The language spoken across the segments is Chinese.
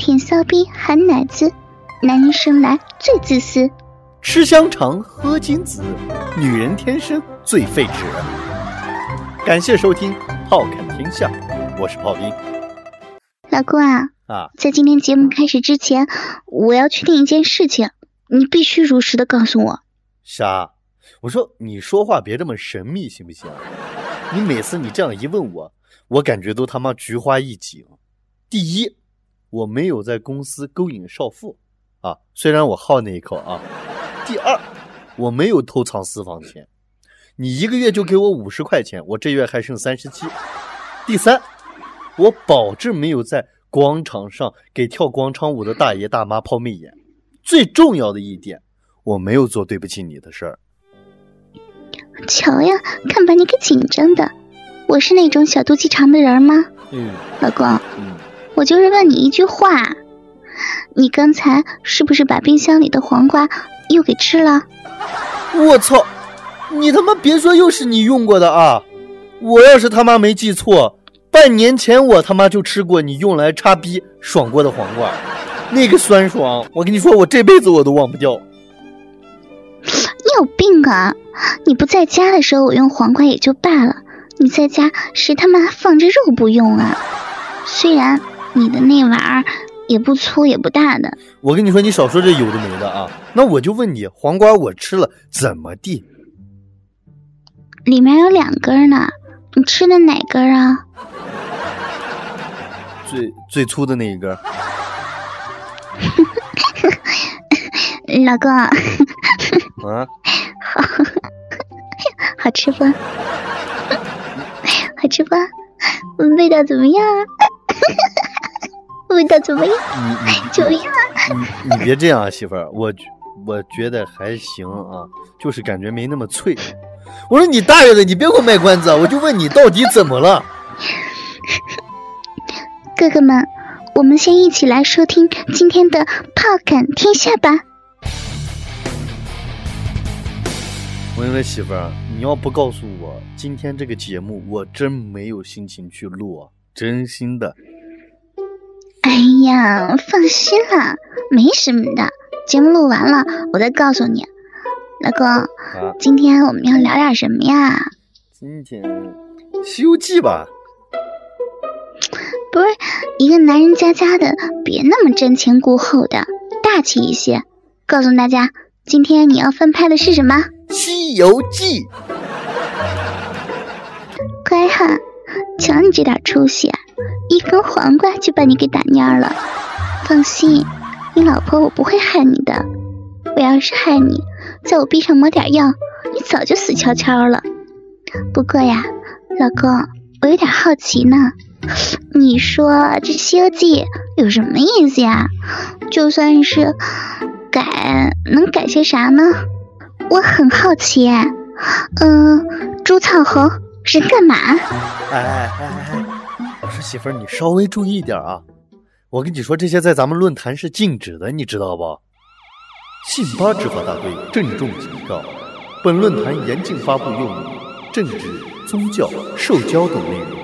舔骚逼含奶子，男人生来最自私。 吃香肠喝金子，女人天生最废纸。感谢收听炮侃天下，我是炮兵。 老公啊，在今天节目开始之前，我要确定一件事情，你必须如实的告诉我。 啥？我说你说话别这么神秘行不行？你每次你这样一问我，我感觉都他妈菊花一紧。第一，我没有在公司勾引少妇啊，虽然我好那一口啊。第二，我没有偷藏私房钱，你一个月就给我50块钱，我这月还剩37。第三，我保证没有在广场上给跳广场舞的大爷大妈抛媚眼。最重要的一点，我没有做对不起你的事儿。 瞧呀，看把你给紧张的，我是那种小肚鸡肠的人吗？老公，我就是问你一句话，你刚才是不是把冰箱里的黄瓜又给吃了？ 我操，你他妈别说又是你用过的啊！我要是他妈没记错，半年前我他妈就吃过你用来插逼爽过的黄瓜，那个酸爽，我跟你说我这辈子我都忘不掉。 你有病啊！你不在家的时候我用黄瓜也就罢了，你在家谁他妈放着肉不用啊？虽然你的那玩意儿也不粗也不大的， 我跟你说你少说这有的没的啊。那我就问你，黄瓜我吃了怎么地？ 里面有2根呢，你吃的哪根啊？ 最粗的那一根。 老公啊，好吃不？好吃不？味道怎么样啊？味道怎么样？怎么样啊？ 你别这样啊，媳妇儿，我觉得还行啊，就是感觉没那么脆。我说你大爷的，你别给我卖关子，我就问你到底怎么了？ 哥哥们，我们先一起来收听今天的炮侃天下吧。 我跟你说媳妇儿，你要不告诉我今天这个节目，我真没有心情去录啊，真心的。 哎呀，放心啦，没什么的，节目录完了我再告诉你。老公，今天我们要聊点什么呀？ 今天西游记吧。 不是，一个男人家的，别那么瞻前顾后的，大气一些。告诉大家，今天你要翻拍的是什么？ 西游记。 乖哈，瞧你这点出息，一根黄瓜就把你给打蔫了。放心，你老婆我不会害你的，我要是害你，在我臂上抹点药，你早就死翘翘了。不过呀，老公，我有点好奇呢，你说这西游记有什么意思呀？就算是改，能改些啥呢？我很好奇。朱草猴是干嘛？ 我说媳妇儿，你稍微注意一点啊！我跟你说，这些在咱们论坛是禁止的，你知道不？信八执法大队郑重警告：本论坛严禁发布用于政治、宗教、受教等内容。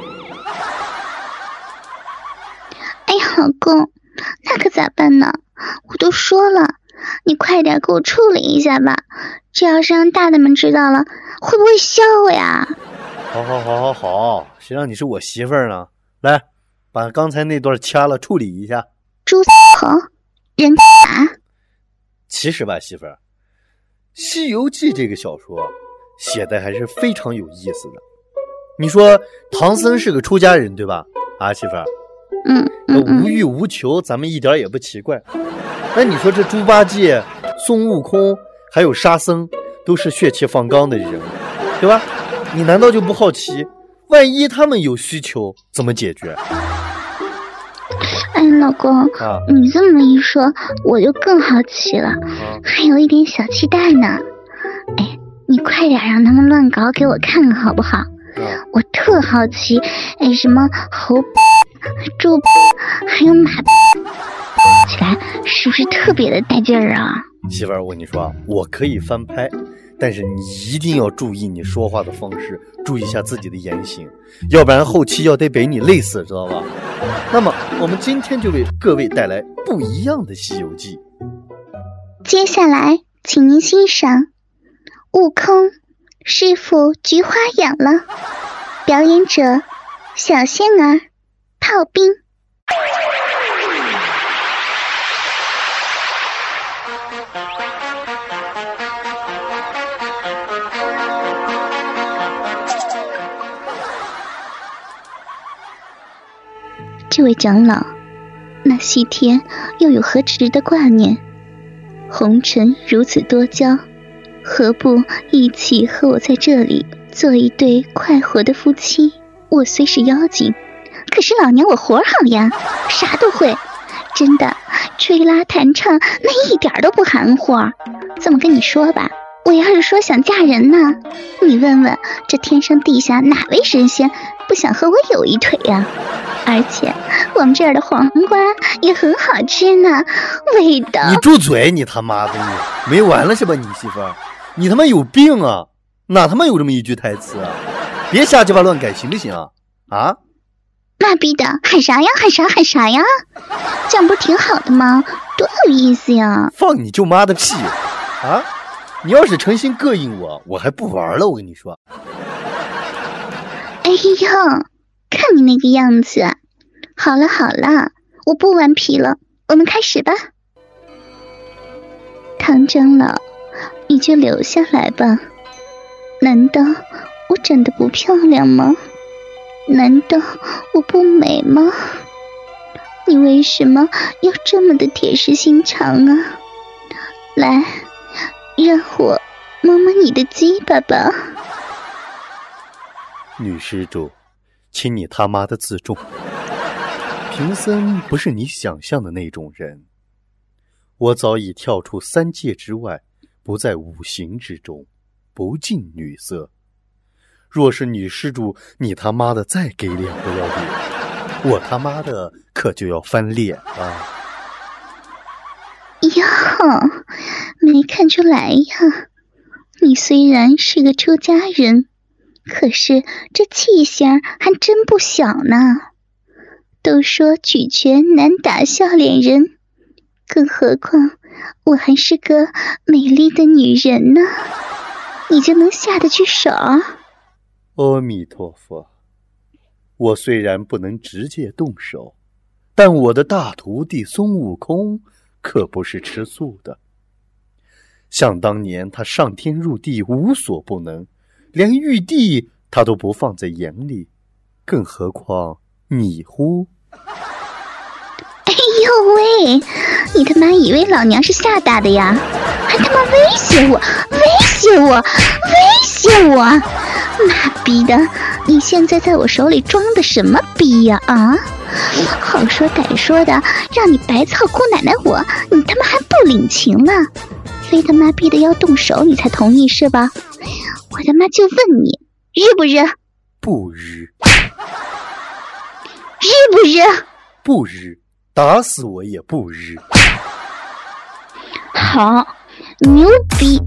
哎呀，老公，那可咋办呢？我都说了，你快点给我处理一下吧，这要是让大大们知道了，会不会笑我呀？ 好，谁让你是我媳妇儿呢？来，把刚才那段掐了，处理一下。 猪头，人打。 其实吧，媳妇儿，《西游记》这个小说写的还是非常有意思的。你说唐僧是个出家人，对吧？啊，媳妇儿，无欲无求，咱们一点也不奇怪。那你说这猪八戒、孙悟空还有沙僧都是血气方刚的人，对吧？你难道就不好奇，万一他们有需求怎么解决？ 哎，老公，你这么一说，我就更好奇了，还有一点小期待呢。哎，你快点让他们乱搞给我看看好不好？我特好奇，什么猴、猪、还有马，起来是不是特别的带劲儿啊？ 媳妇儿，我跟你说，我可以翻拍，但是你一定要注意你说话的方式，注意一下自己的言行，要不然后期要得被你累死，知道吧？ 那么我们今天就为各位带来不一样的《西游记》。 接下来请您欣赏悟空师傅菊花痒了，表演者小仙儿炮兵。这位长老，那西天又有何值得挂念？红尘如此多娇，何不一起和我在这里做一对快活的夫妻？我虽是妖精，可是老娘我活好呀，啥都会，真的，吹拉弹唱那一点都不含糊。这么跟你说吧，我要是说想嫁人呢，你问问这天上地下哪位神仙不想和我有一腿呀？而且我们这儿的黄瓜也很好吃呢，味道…… 你住嘴！你他妈的，你没完了是吧？你媳妇儿，你他妈有病啊！哪他妈有这么一句台词啊？别瞎鸡巴乱改行不行啊？啊！ 妈逼的，喊啥呀？喊啥呀？这样不是挺好的吗？多有意思呀！ 放你舅妈的屁啊！你要是诚心膈应我，我还不玩了。我跟你说。 哎呦！看你那个样子，好了，我不顽皮了，我们开始吧。唐长老，你就留下来吧。难道我长得不漂亮吗？难道我不美吗？你为什么要这么的铁石心肠啊？来，让我摸摸你的鸡巴吧。 女施主，请你他妈的自重。贫僧不是你想象的那种人，我早已跳出三界之外，不在五行之中，不近女色。若是女施主你他妈的再给脸不要脸，我他妈的可就要翻脸了。 哟，没看出来呀，你虽然是个出家人，可是这气性还真不小呢。都说举拳难打笑脸人，更何况我还是个美丽的女人呢，你就能下得去手？ 阿弥陀佛，我虽然不能直接动手，但我的大徒弟孙悟空可不是吃素的。想当年他上天入地无所不能，连玉帝他都不放在眼里，更何况你乎？ 哎呦喂，你他妈以为老娘是吓大的呀？还他妈威胁我！妈逼的，你现在在我手里装的什么逼呀？啊，好说歹说的，让你百草姑奶奶我，你他妈还不领情呢？非他妈逼的要动手你才同意是吧？我他妈就问你，日不日？ 不日。 日不日？ 不日，打死我也不日。 好，牛逼！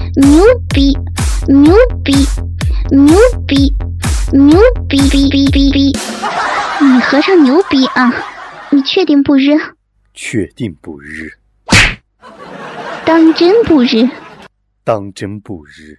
你和尚牛逼啊！你确定不日？ 确定不日。 当真不日？ 当真不日。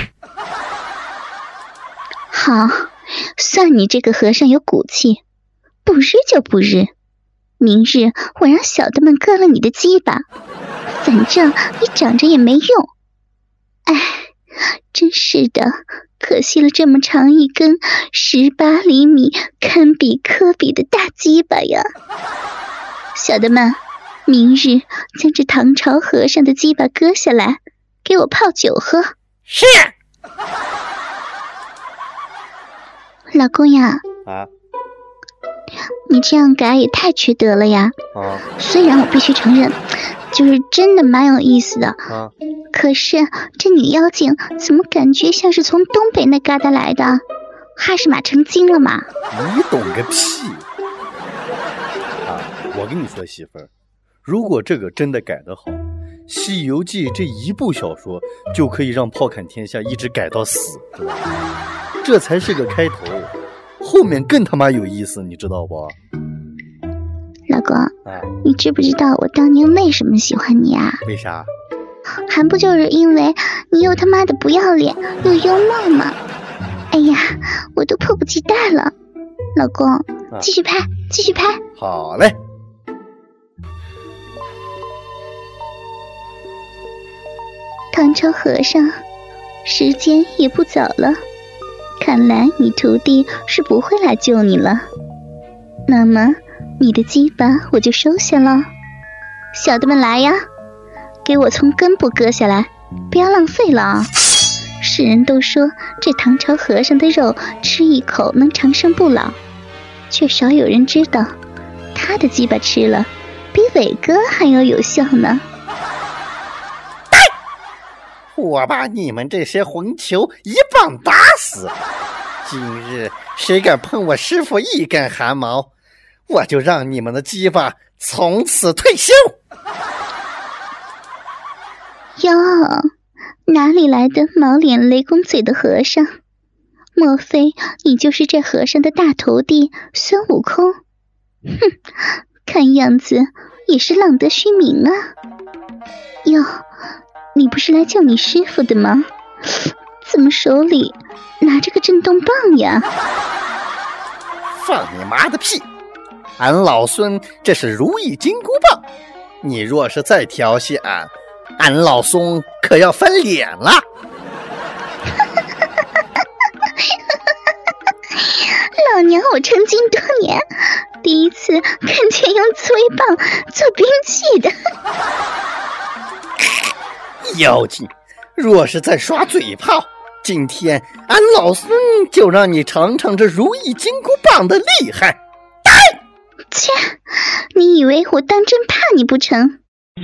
好，算你这个和尚有骨气，不日就不日。明日我让小的们割了你的鸡巴，反正你长着也没用。哎，真是的，可惜了这么长一根18厘米堪比科比的大鸡巴呀！小的们，明日将这唐朝和尚的鸡巴割下来，给我泡酒喝。 是。 老公呀， 啊， 你这样改也太缺德了呀！ 啊， 虽然我必须承认，就是真的蛮有意思的， 啊， 可是这女妖精怎么感觉像是从东北那旮瘩来的？哈是马成精了吗？ 你懂个屁！啊，我跟你说媳妇儿，如果这个真的改得好，《西游记》这一部小说就可以让炮砍天下一直改到死，知道吧？这才是个开头，后面更他妈有意思，你知道不？ 老公，你知不知道我当年为什么喜欢你啊？ 为啥？ 还不就是因为你又他妈的不要脸又幽默吗？哎呀，我都迫不及待了。老公，继续拍，继续拍。 好嘞。 唐朝和尚，时间也不早了，看来你徒弟是不会来救你了。那么你的鸡巴我就收下了。小的们来呀，给我从根部割下来，不要浪费了啊！世人都说这唐朝和尚的肉吃一口能长生不老，却少有人知道他的鸡巴吃了比伟哥还要有效呢。 我把你们这些混球一棒打死！今日谁敢碰我师傅一根汗毛，我就让你们的鸡巴从此退休。 哟，哪里来的毛脸雷公嘴的和尚？莫非你就是这和尚的大徒弟孙悟空？哼，看样子也是浪得虚名啊。哟，你不是来救你师傅的吗？怎么手里拿着个震动棒呀？ 放你妈的屁！俺老孙这是如意金箍棒，你若是再调戏俺老孙可要翻脸了。 老娘我成精多年，第一次看见用刺猬棒做兵器的。 妖精，若是再耍嘴炮，今天俺老孙就让你尝尝这如意金箍棒的厉害。 切，你以为我当真怕你不成？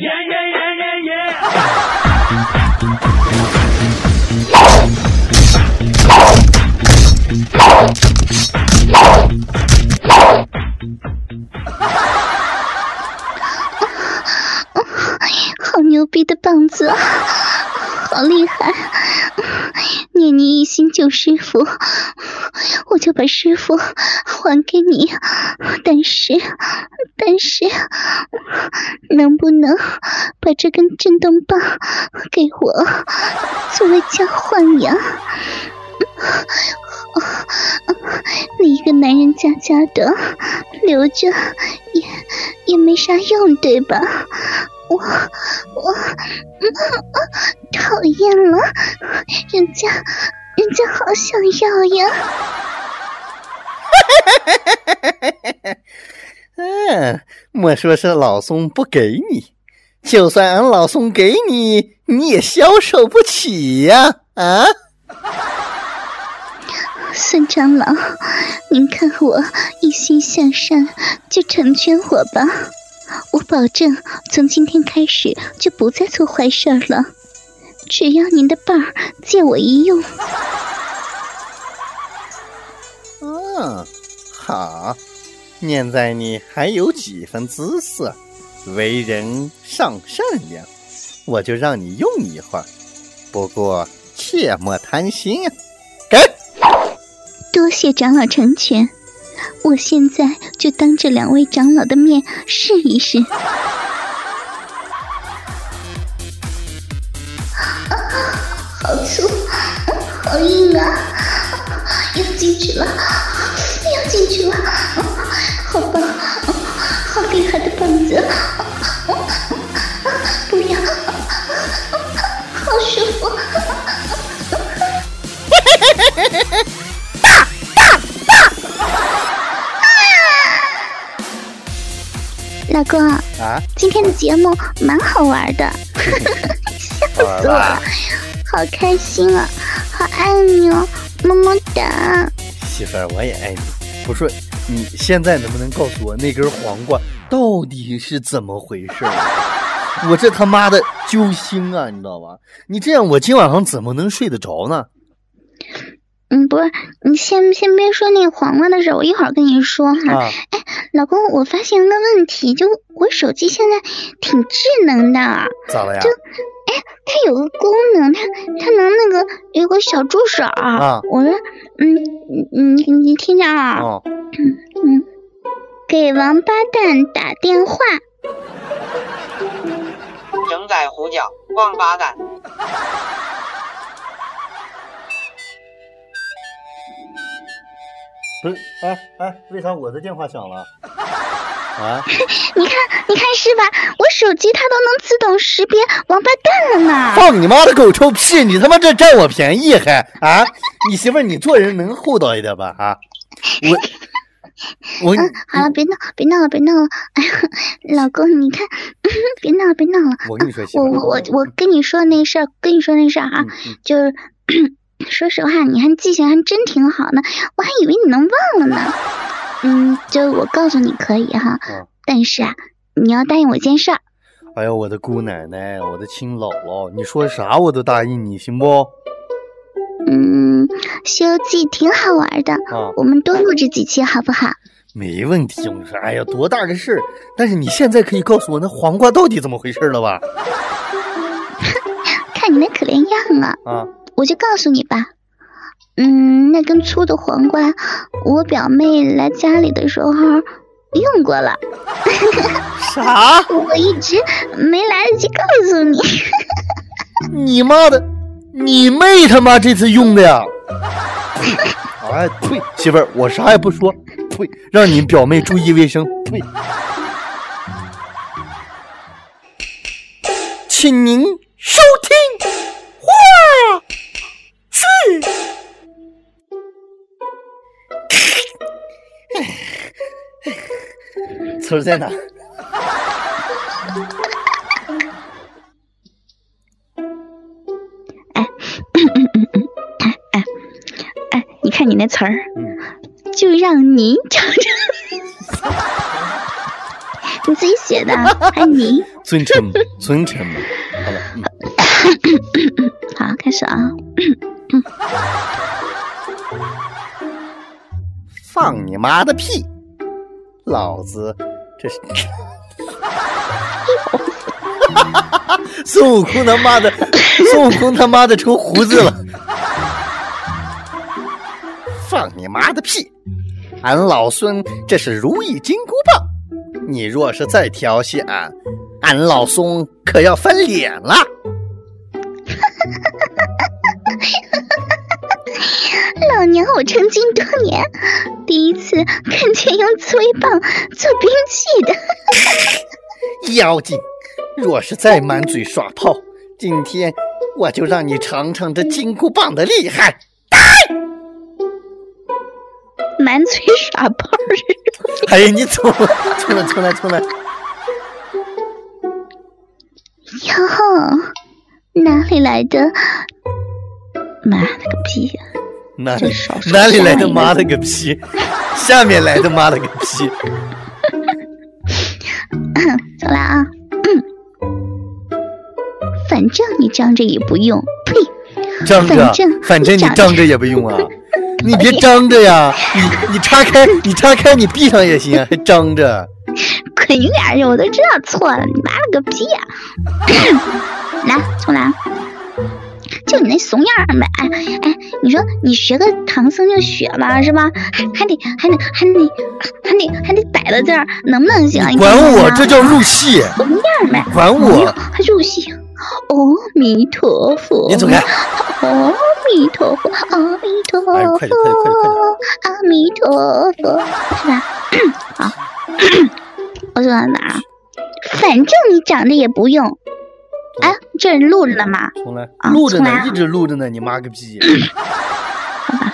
好牛逼的棒子，好厉害！念你一心救师傅，我就把师傅还给你。但是，能不能把这根震动棒给我作为交换呀？你一个男人家的，留着也没啥用，对吧？我讨厌了，人家好想要呀。 莫说是老孙不给你，就算俺老孙给你，你也消受不起呀！啊！ 孙长老，您看我一心向善，就成全我吧。我保证从今天开始就不再做坏事了，只要您的棒儿借我一用。 好，念在你还有几分姿色，为人尚善良，我就让你用一会儿，不过切莫贪心啊！给！ 多谢长老成全，我现在就当着两位长老的面试一试。好粗，好硬啊！要进去了，好棒，好厉害的棒子！不要，好舒服！老公啊，今天的节目蛮好玩的，笑死我了，好开心啊，好爱你哦，么么哒。 媳妇儿，我也爱你。不是，你现在能不能告诉我那根黄瓜到底是怎么回事？我这他妈的揪心啊，你知道吧？你这样我今晚上怎么能睡得着呢？ 不是，你先别说那个黄瓜的事，我一会儿跟你说哈。哎，老公，我发现了个问题，就我手机现在挺智能的。 咋了呀？ 就它有个功能，它能那个有个小助手我说，你听着啊。 给王八蛋打电话。 正在呼叫王八蛋。 不是，为啥我的电话响了？啊？ 你看是吧？我手机它都能自动识别王八蛋了呢。 放你妈的狗臭屁！你他妈这占我便宜还啊？你媳妇儿，你做人能厚道一点吧？啊？我好了，别闹了。哎呀，老公，你看，别闹了。 我跟你说，媳妇儿， 我跟你说那事儿啊，就是说实话，你还记性还真挺好呢，我还以为你能忘了呢。就我告诉你可以哈，但是啊，你要答应我一件事儿。 哎呀，我的姑奶奶，我的亲姥姥，你说啥我都答应你，行不？ 西游记挺好玩的，我们多录制几期好不好？ 没问题。我说，哎呀，多大个事儿！但是你现在可以告诉我那黄瓜到底怎么回事了吧？ 看你那可怜样啊！我就告诉你吧，那根粗的黄瓜，我表妹来家里的时候用过了。 啥？ 我一直没来得及告诉你。 你妈的，你妹他妈这次用的呀！哎，呸！媳妇儿，我啥也不说，呸！让你表妹注意卫生，呸！请您收听话剧。词儿在哪？ 你看你那词儿，就让你找着。你自己写的，还你尊称嘛。好了， 好，开始啊。 放你妈的屁！老子这是孙悟空他妈的成胡子了。放你妈的屁！俺老孙这是如意金箍棒，你若是再调戏俺老孙可要翻脸了。 老娘我成精多年，第一次看见用刺猬棒做兵器的。 妖精，若是再满嘴耍炮，今天我就让你尝尝这金箍棒的厉害。 满嘴耍炮是？ 哎呀，你重来！ 哟，哪里来的？妈了个逼呀！ 哪里来的妈了个屁？下面来的妈了个屁！ 走了啊！反正你张着也不用，呸！反正你张着也不用啊！你别张着呀！你岔开，你闭上也行，还张着。 滚远点！我都知道错了，你妈了个屁呀！来，重来。就你那怂样呗！哎，你说你学个唐僧就学吧，是吧？还得摆到这儿，能不能行？ 你管我，这叫入戏。 怂样呗！ 管我， 还入戏？阿弥陀佛！ 你走开！ 阿弥陀佛，阿弥陀佛， 快点！ 阿弥陀佛，是吧？好，我走到哪儿？反正你长得也不用。哎，这是录着呢吗？ 重来，录着呢，一直录着呢，你妈个逼！ 好吧，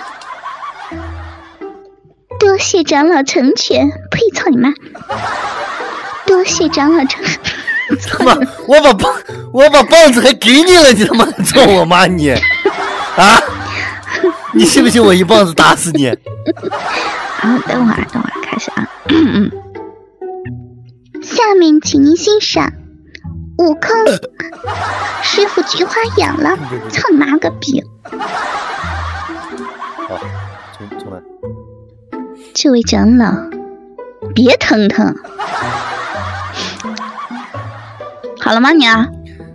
多谢长老成全，呸！操你妈！多谢长老成全。 他妈，我把棒子还给你了，你他妈操我妈你！啊！你信不信我一棒子打死你？ 好，等会儿开始啊。下面请您欣赏。悟空，师傅菊花痒了，操你妈个逼！ 好，重来。 这位长老，别腾腾。好了吗你啊？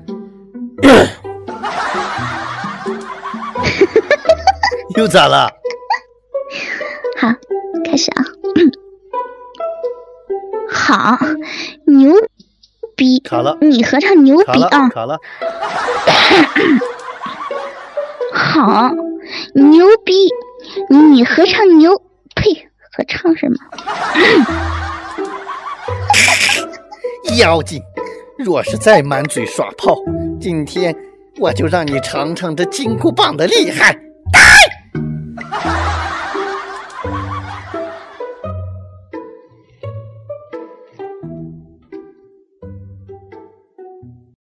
又咋了？ 好，开始啊。 好，牛逼！ 卡了， 你合唱牛逼啊！ 卡了。 好，牛逼！你合唱牛，呸，合唱什么？ 妖精，若是再满嘴耍炮，今天我就让你尝尝这金箍棒的厉害！